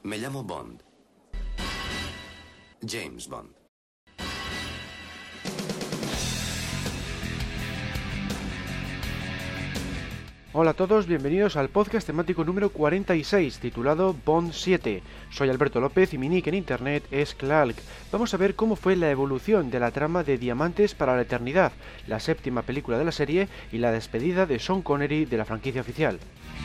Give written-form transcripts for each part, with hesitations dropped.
Me llamo Bond. James Bond. Hola a todos, bienvenidos al podcast temático número 46, titulado Bond 7. Soy Alberto López y mi nick en internet es Clark. Vamos a ver cómo fue la evolución de la trama de Diamantes para la Eternidad, la séptima película de la serie y la despedida de Sean Connery de la franquicia oficial.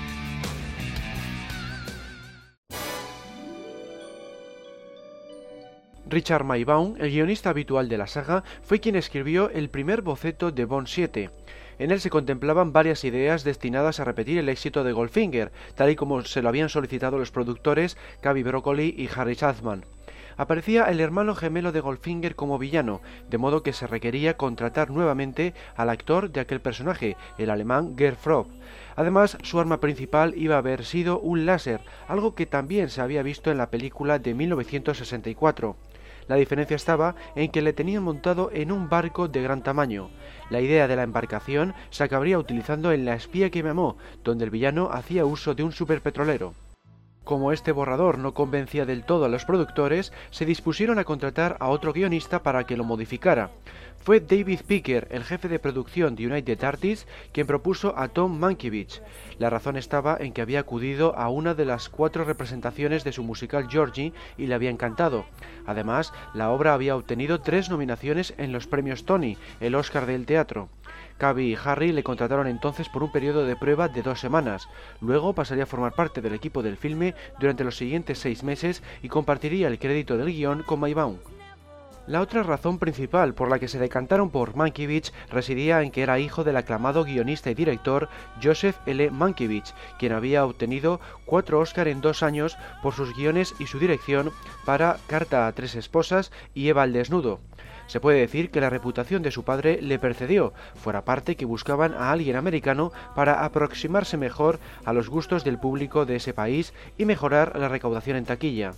Richard Maybaum, el guionista habitual de la saga, fue quien escribió el primer boceto de Bond 7. En él se contemplaban varias ideas destinadas a repetir el éxito de Goldfinger, tal y como se lo habían solicitado los productores Cubby Broccoli y Harry Chapman. Aparecía el hermano gemelo de Goldfinger como villano, de modo que se requería contratar nuevamente al actor de aquel personaje, el alemán Gerd Frobe. Además, su arma principal iba a haber sido un láser, algo que también se había visto en la película de 1964. La diferencia estaba en que le tenían montado en un barco de gran tamaño. La idea de la embarcación se acabaría utilizando en La espía que me amó, donde el villano hacía uso de un superpetrolero. Como este borrador no convencía del todo a los productores, se dispusieron a contratar a otro guionista para que lo modificara. Fue David Picker, el jefe de producción de United Artists, quien propuso a Tom Mankiewicz. La razón estaba en que había acudido a una de las 4 representaciones de su musical Georgie y le había encantado. Además, la obra había obtenido 3 nominaciones en los premios Tony, el Oscar del teatro. Cubby y Harry le contrataron entonces por un periodo de prueba de 2 semanas. Luego pasaría a formar parte del equipo del filme durante los siguientes 6 meses y compartiría el crédito del guión con Maybaum. La otra razón principal por la que se decantaron por Mankiewicz residía en que era hijo del aclamado guionista y director Joseph L. Mankiewicz, quien había obtenido 4 Oscar en 2 años por sus guiones y su dirección para Carta a 3 esposas y Eva al desnudo. Se puede decir que la reputación de su padre le precedió, fuera parte que buscaban a alguien americano para aproximarse mejor a los gustos del público de ese país y mejorar la recaudación en taquilla.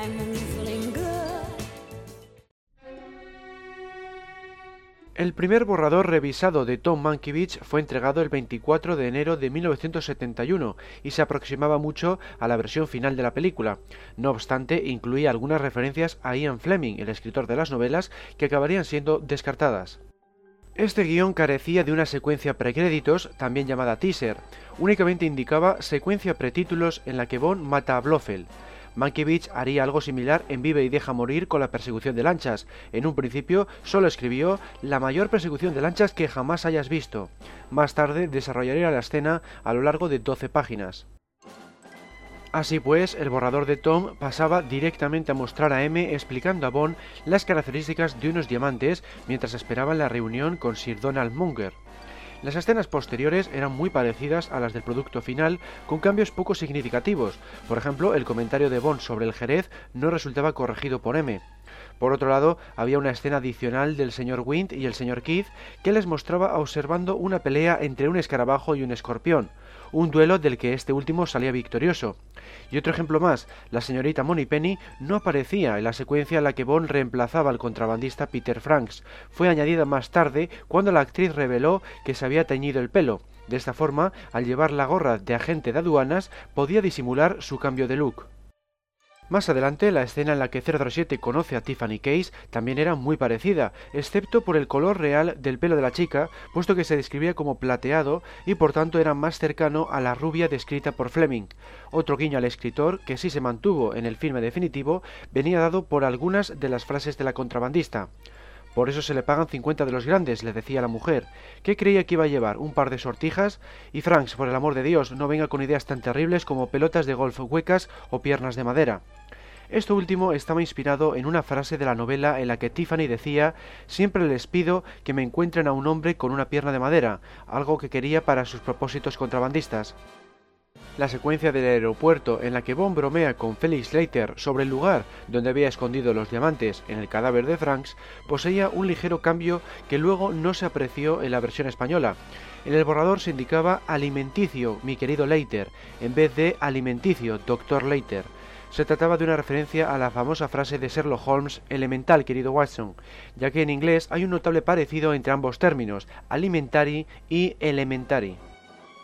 El primer borrador revisado de Tom Mankiewicz fue entregado el 24 de enero de 1971 y se aproximaba mucho a la versión final de la película. No obstante, incluía algunas referencias a Ian Fleming, el escritor de las novelas, que acabarían siendo descartadas. Este guión carecía de una secuencia precréditos, también llamada teaser. Únicamente indicaba secuencia pretítulos en la que Bond mata a Blofeld. Mankiewicz haría algo similar en Vive y deja morir con la persecución de lanchas. En un principio solo escribió la mayor persecución de lanchas que jamás hayas visto. Más tarde desarrollaría la escena a lo largo de 12 páginas. Así pues, el borrador de Tom pasaba directamente a mostrar a M explicando a Bond las características de unos diamantes mientras esperaban la reunión con Sir Donald Monger. Las escenas posteriores eran muy parecidas a las del producto final, con cambios poco significativos. Por ejemplo, el comentario de Bond sobre el Jerez no resultaba corregido por M. Por otro lado, había una escena adicional del Sr. Wind y el Sr. Keith que les mostraba observando una pelea entre un escarabajo y un escorpión, un duelo del que este último salía victorioso. Y otro ejemplo más, la señorita Moneypenny no aparecía en la secuencia en la que Bond reemplazaba al contrabandista Peter Franks. Fue añadida más tarde cuando la actriz reveló que se había teñido el pelo. De esta forma, al llevar la gorra de agente de aduanas, podía disimular su cambio de look. Más adelante, la escena en la que 007 conoce a Tiffany Case también era muy parecida, excepto por el color real del pelo de la chica, puesto que se describía como plateado y por tanto era más cercano a la rubia descrita por Fleming. Otro guiño al escritor, que sí se mantuvo en el filme definitivo, venía dado por algunas de las frases de la contrabandista. Por eso se le pagan 50 de los grandes, le decía la mujer. ¿Qué creía que iba a llevar? ¿Un par de sortijas? Y Franks, por el amor de Dios, no venga con ideas tan terribles como pelotas de golf huecas o piernas de madera. Esto último estaba inspirado en una frase de la novela en la que Tiffany decía: «Siempre les pido que me encuentren a un hombre con una pierna de madera», algo que quería para sus propósitos contrabandistas. La secuencia del aeropuerto en la que Bond bromea con Felix Leiter sobre el lugar donde había escondido los diamantes en el cadáver de Franks poseía un ligero cambio que luego no se apreció en la versión española. En el borrador se indicaba alimenticio, mi querido Leiter, en vez de alimenticio, doctor Leiter. Se trataba de una referencia a la famosa frase de Sherlock Holmes, elemental, querido Watson, ya que en inglés hay un notable parecido entre ambos términos, alimentary y elementary.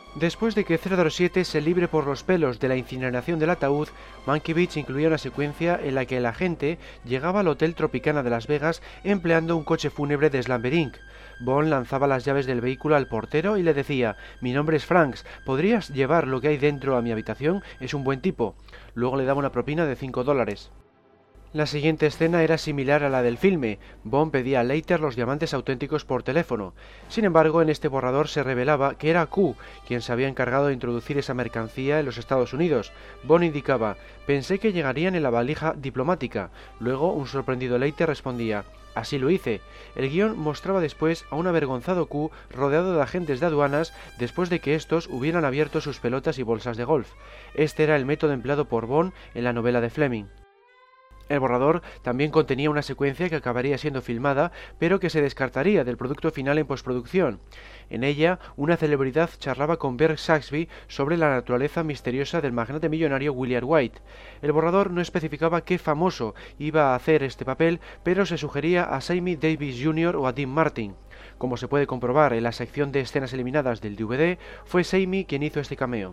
Después de que 007 se libre por los pelos de la incineración del ataúd, Monkey Beach incluía una secuencia en la que el agente llegaba al Hotel Tropicana de Las Vegas empleando un coche fúnebre de Slumber Inc. Bond lanzaba las llaves del vehículo al portero y le decía: «Mi nombre es Franks, ¿podrías llevar lo que hay dentro a mi habitación? Es un buen tipo». Luego le daba una propina de $5. La siguiente escena era similar a la del filme. Bond pedía a Leiter los diamantes auténticos por teléfono. Sin embargo, en este borrador se revelaba que era Q quien se había encargado de introducir esa mercancía en los Estados Unidos. Bond indicaba: «Pensé que llegarían en la valija diplomática». Luego, un sorprendido Leiter respondía: «Así lo hice». El guión mostraba después a un avergonzado Q rodeado de agentes de aduanas después de que estos hubieran abierto sus pelotas y bolsas de golf. Este era el método empleado por Bond en la novela de Fleming. El borrador también contenía una secuencia que acabaría siendo filmada, pero que se descartaría del producto final en postproducción. En ella, una celebridad charlaba con Bert Saxby sobre la naturaleza misteriosa del magnate millonario William White. El borrador no especificaba qué famoso iba a hacer este papel, pero se sugería a Sammy Davis Jr. o a Dean Martin. Como se puede comprobar en la sección de escenas eliminadas del DVD, fue Sammy quien hizo este cameo.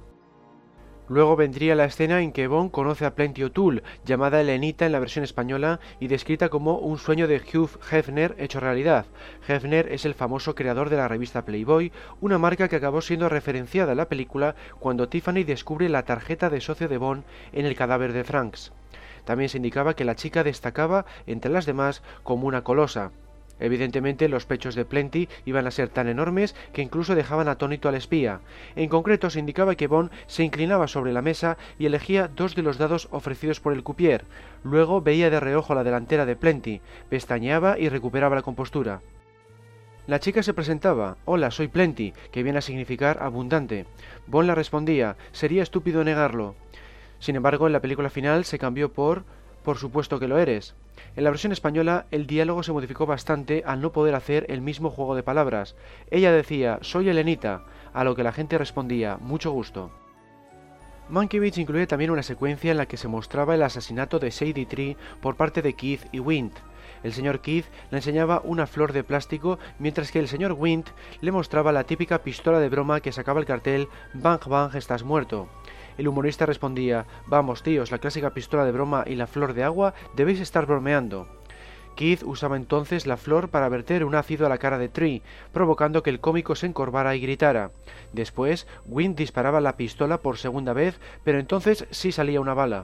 Luego vendría la escena en que Bond conoce a Plenty O'Toole, llamada Elenita en la versión española y descrita como un sueño de Hugh Hefner hecho realidad. Hefner es el famoso creador de la revista Playboy, una marca que acabó siendo referenciada en la película cuando Tiffany descubre la tarjeta de socio de Bond en el cadáver de Franks. También se indicaba que la chica destacaba entre las demás como una colosa. Evidentemente los pechos de Plenty iban a ser tan enormes que incluso dejaban atónito al espía. En concreto se indicaba que Bond se inclinaba sobre la mesa y elegía dos de los dados ofrecidos por el croupier. Luego veía de reojo la delantera de Plenty, pestañeaba y recuperaba la compostura. La chica se presentaba: «Hola, soy Plenty», que viene a significar abundante. Bond la respondía: «Sería estúpido negarlo». Sin embargo, en la película final se cambió por «Por supuesto que lo eres». En la versión española, el diálogo se modificó bastante al no poder hacer el mismo juego de palabras. Ella decía: «Soy Elenita», a lo que la gente respondía: «Mucho gusto». Monkey Beach incluye también una secuencia en la que se mostraba el asesinato de Sadie Tree por parte de Keith y Wint. El señor Keith le enseñaba una flor de plástico, mientras que el señor Wint le mostraba la típica pistola de broma que sacaba el cartel «Bang bang, estás muerto». El humorista respondía: «Vamos, tíos, la clásica pistola de broma y la flor de agua, debéis estar bromeando». Keith usaba entonces la flor para verter un ácido a la cara de Tree, provocando que el cómico se encorvara y gritara. Después, Wint disparaba la pistola por segunda vez, pero entonces sí salía una bala.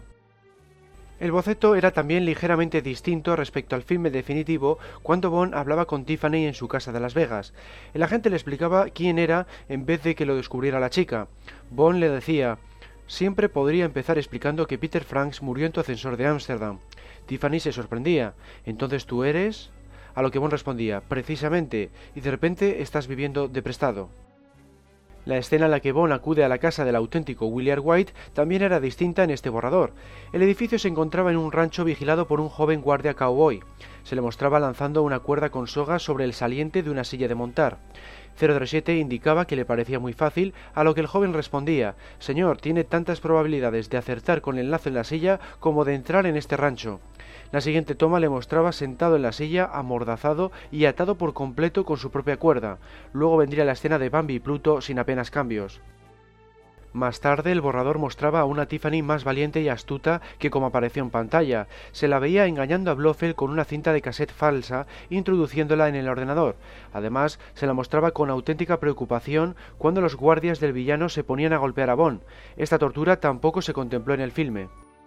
El boceto era también ligeramente distinto respecto al filme definitivo cuando Bond hablaba con Tiffany en su casa de Las Vegas. El agente le explicaba quién era en vez de que lo descubriera la chica. Bond le decía: «Siempre podría empezar explicando que Peter Franks murió en tu ascensor de Ámsterdam». Tiffany se sorprendía: «¿Entonces tú eres?». A lo que Bond respondía: «Precisamente, y de repente estás viviendo de prestado». La escena en la que Bond acude a la casa del auténtico William White también era distinta en este borrador. El edificio se encontraba en un rancho vigilado por un joven guardia cowboy. Se le mostraba lanzando una cuerda con soga sobre el saliente de una silla de montar. 007 indicaba que le parecía muy fácil, a lo que el joven respondía: «Señor, tiene tantas probabilidades de acertar con el lazo en la silla como de entrar en este rancho». La siguiente toma le mostraba sentado en la silla, amordazado y atado por completo con su propia cuerda. Luego vendría la escena de Bambi y Pluto sin apenas cambios. Más tarde el borrador mostraba a una Tiffany más valiente y astuta que como apareció en pantalla. Se la veía engañando a Blofeld con una cinta de cassette falsa, introduciéndola en el ordenador. Además, se la mostraba con auténtica preocupación cuando los guardias del villano se ponían a golpear a Bond. Esta tortura tampoco se contempló en el filme.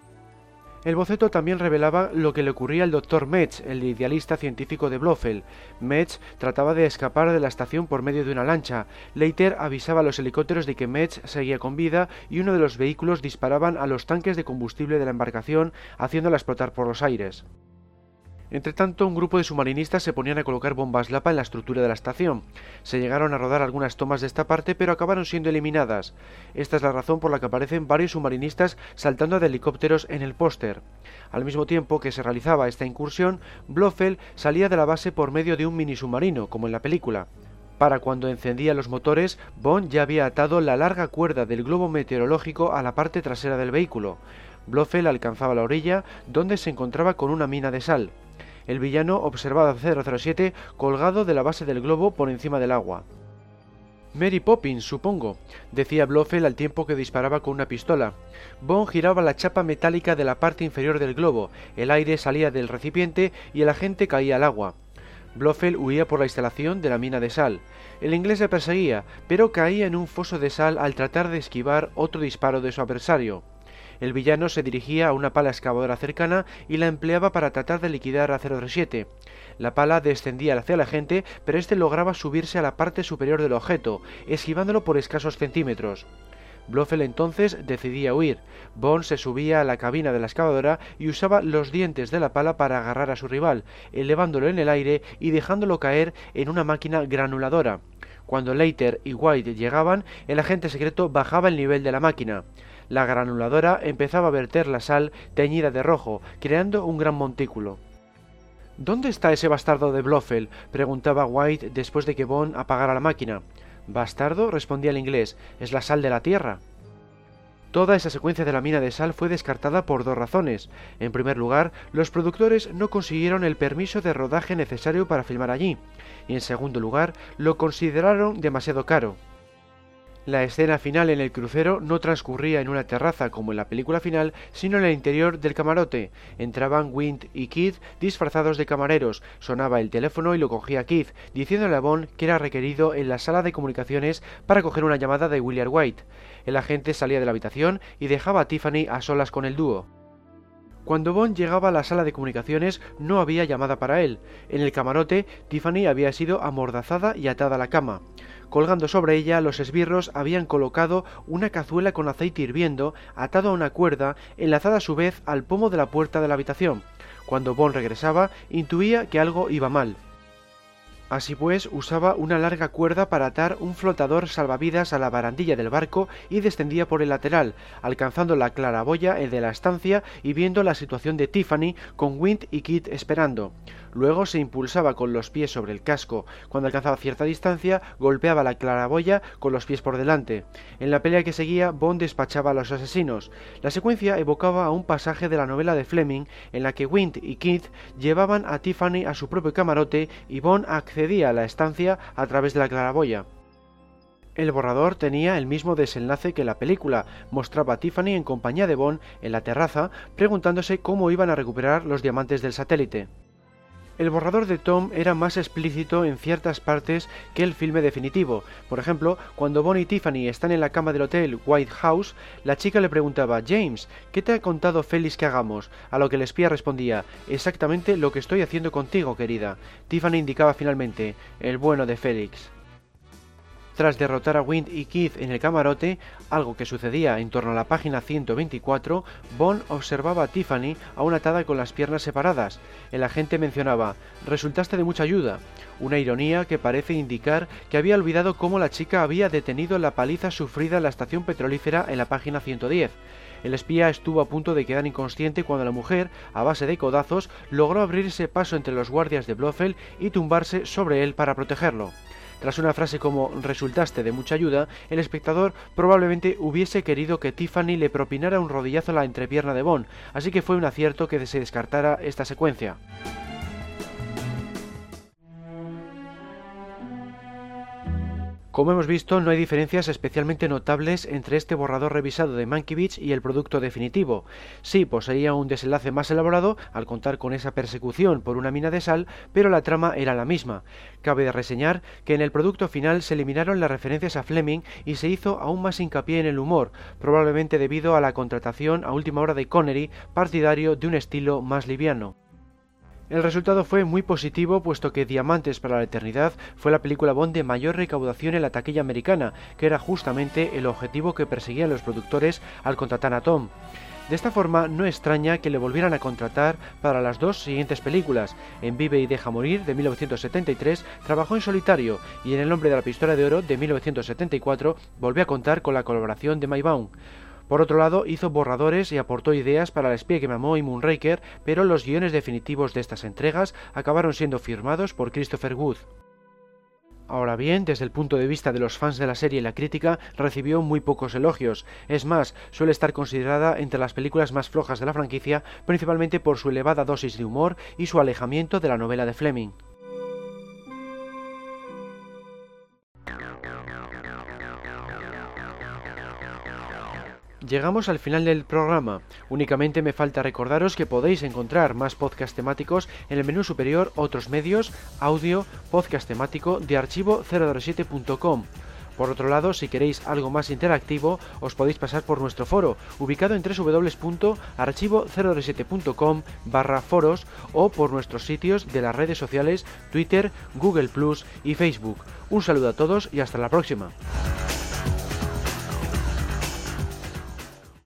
El boceto también revelaba lo que le ocurría al Dr. Metz, el idealista científico de Blofeld. Metz trataba de escapar de la estación por medio de una lancha. Leiter avisaba a los helicópteros de que Metz seguía con vida y uno de los vehículos disparaban a los tanques de combustible de la embarcación, haciéndola explotar por los aires. Entretanto, un grupo de submarinistas se ponían a colocar bombas Lapa en la estructura de la estación. Se llegaron a rodar algunas tomas de esta parte, pero acabaron siendo eliminadas. Esta es la razón por la que aparecen varios submarinistas saltando de helicópteros en el póster. Al mismo tiempo que se realizaba esta incursión, Blofeld salía de la base por medio de un mini submarino, como en la película. Para cuando encendía los motores, Bond ya había atado la larga cuerda del globo meteorológico a la parte trasera del vehículo. Blofeld alcanzaba la orilla, donde se encontraba con una mina de sal. El villano observaba a 007 colgado de la base del globo por encima del agua. Mary Poppins, supongo, decía Blofeld al tiempo que disparaba con una pistola. Bond giraba la chapa metálica de la parte inferior del globo, el aire salía del recipiente y el agente caía al agua. Blofeld huía por la instalación de la mina de sal. El inglés le perseguía, pero caía en un foso de sal al tratar de esquivar otro disparo de su adversario. El villano se dirigía a una pala excavadora cercana y la empleaba para tratar de liquidar a 007. La pala descendía hacia el agente, pero este lograba subirse a la parte superior del objeto, esquivándolo por escasos centímetros. Blofeld entonces decidía huir. Bond se subía a la cabina de la excavadora y usaba los dientes de la pala para agarrar a su rival, elevándolo en el aire y dejándolo caer en una máquina granuladora. Cuando Leiter y White llegaban, el agente secreto bajaba el nivel de la máquina. La granuladora empezaba a verter la sal teñida de rojo, creando un gran montículo. ¿Dónde está ese bastardo de Blofeld?, preguntaba White después de que Bond apagara la máquina. «¿Bastardo?», respondía el inglés, «es la sal de la tierra». Toda esa secuencia de la mina de sal fue descartada por dos razones. En primer lugar, los productores no consiguieron el permiso de rodaje necesario para filmar allí, y en segundo lugar, lo consideraron demasiado caro. La escena final en el crucero no transcurría en una terraza como en la película final, sino en el interior del camarote. Entraban Wint y Keith disfrazados de camareros, sonaba el teléfono y lo cogía Keith, diciéndole a Bond que era requerido en la sala de comunicaciones para coger una llamada de William White. El agente salía de la habitación y dejaba a Tiffany a solas con el dúo. Cuando Bond llegaba a la sala de comunicaciones no había llamada para él. En el camarote, Tiffany había sido amordazada y atada a la cama. Colgando sobre ella, los esbirros habían colocado una cazuela con aceite hirviendo, atado a una cuerda, enlazada a su vez al pomo de la puerta de la habitación. Cuando Bond regresaba, intuía que algo iba mal. Así pues, usaba una larga cuerda para atar un flotador salvavidas a la barandilla del barco y descendía por el lateral, alcanzando la claraboya de la estancia y viendo la situación de Tiffany con Wint y Keith esperando. Luego se impulsaba con los pies sobre el casco. Cuando alcanzaba cierta distancia, golpeaba la claraboya con los pies por delante. En la pelea que seguía, Bond despachaba a los asesinos. La secuencia evocaba a un pasaje de la novela de Fleming en la que Wint y Keith llevaban a Tiffany a su propio camarote y Bond accedía a la estancia a través de la claraboya. El borrador tenía el mismo desenlace que la película. Mostraba a Tiffany en compañía de Bond en la terraza, preguntándose cómo iban a recuperar los diamantes del satélite. El borrador de Tom era más explícito en ciertas partes que el filme definitivo. Por ejemplo, cuando Bond y Tiffany están en la cama del hotel White House, la chica le preguntaba: «James, ¿qué te ha contado Félix que hagamos?», a lo que el espía respondía: «Exactamente lo que estoy haciendo contigo, querida». Tiffany indicaba finalmente: «El bueno de Félix». Tras derrotar a Wint y Keith en el camarote, algo que sucedía en torno a la página 124, Bond observaba a Tiffany aún atada con las piernas separadas. El agente mencionaba: «Resultaste de mucha ayuda», una ironía que parece indicar que había olvidado cómo la chica había detenido la paliza sufrida en la estación petrolífera en la página 110. El espía estuvo a punto de quedar inconsciente cuando la mujer, a base de codazos, logró abrirse paso entre los guardias de Blofeld y tumbarse sobre él para protegerlo. Tras una frase como «resultaste de mucha ayuda», el espectador probablemente hubiese querido que Tiffany le propinara un rodillazo a la entrepierna de Bond, así que fue un acierto que se descartara esta secuencia. Como hemos visto, no hay diferencias especialmente notables entre este borrador revisado de Mankiewicz y el producto definitivo. Sí, poseía un desenlace más elaborado al contar con esa persecución por una mina de sal, pero la trama era la misma. Cabe reseñar que en el producto final se eliminaron las referencias a Fleming y se hizo aún más hincapié en el humor, probablemente debido a la contratación a última hora de Connery, partidario de un estilo más liviano. El resultado fue muy positivo, puesto que Diamantes para la Eternidad fue la película Bond de mayor recaudación en la taquilla americana, que era justamente el objetivo que perseguían los productores al contratar a Tom. De esta forma, no extraña que le volvieran a contratar para las dos siguientes películas. En Vive y deja morir, de 1973, trabajó en solitario, y en El hombre de la pistola de oro, de 1974, volvió a contar con la colaboración de Maybaum. Por otro lado, hizo borradores y aportó ideas para El espía que me amó y Moonraker, pero los guiones definitivos de estas entregas acabaron siendo firmados por Christopher Wood. Ahora bien, desde el punto de vista de los fans de la serie y la crítica, recibió muy pocos elogios. Es más, suele estar considerada entre las películas más flojas de la franquicia, principalmente por su elevada dosis de humor y su alejamiento de la novela de Fleming. Llegamos al final del programa. Únicamente me falta recordaros que podéis encontrar más podcasts temáticos en el menú superior Otros medios, audio, podcast temático de archivo007.com. Por otro lado, si queréis algo más interactivo, os podéis pasar por nuestro foro, ubicado en www.archivo007.com/foros o por nuestros sitios de las redes sociales Twitter, Google+ y Facebook. Un saludo a todos y hasta la próxima.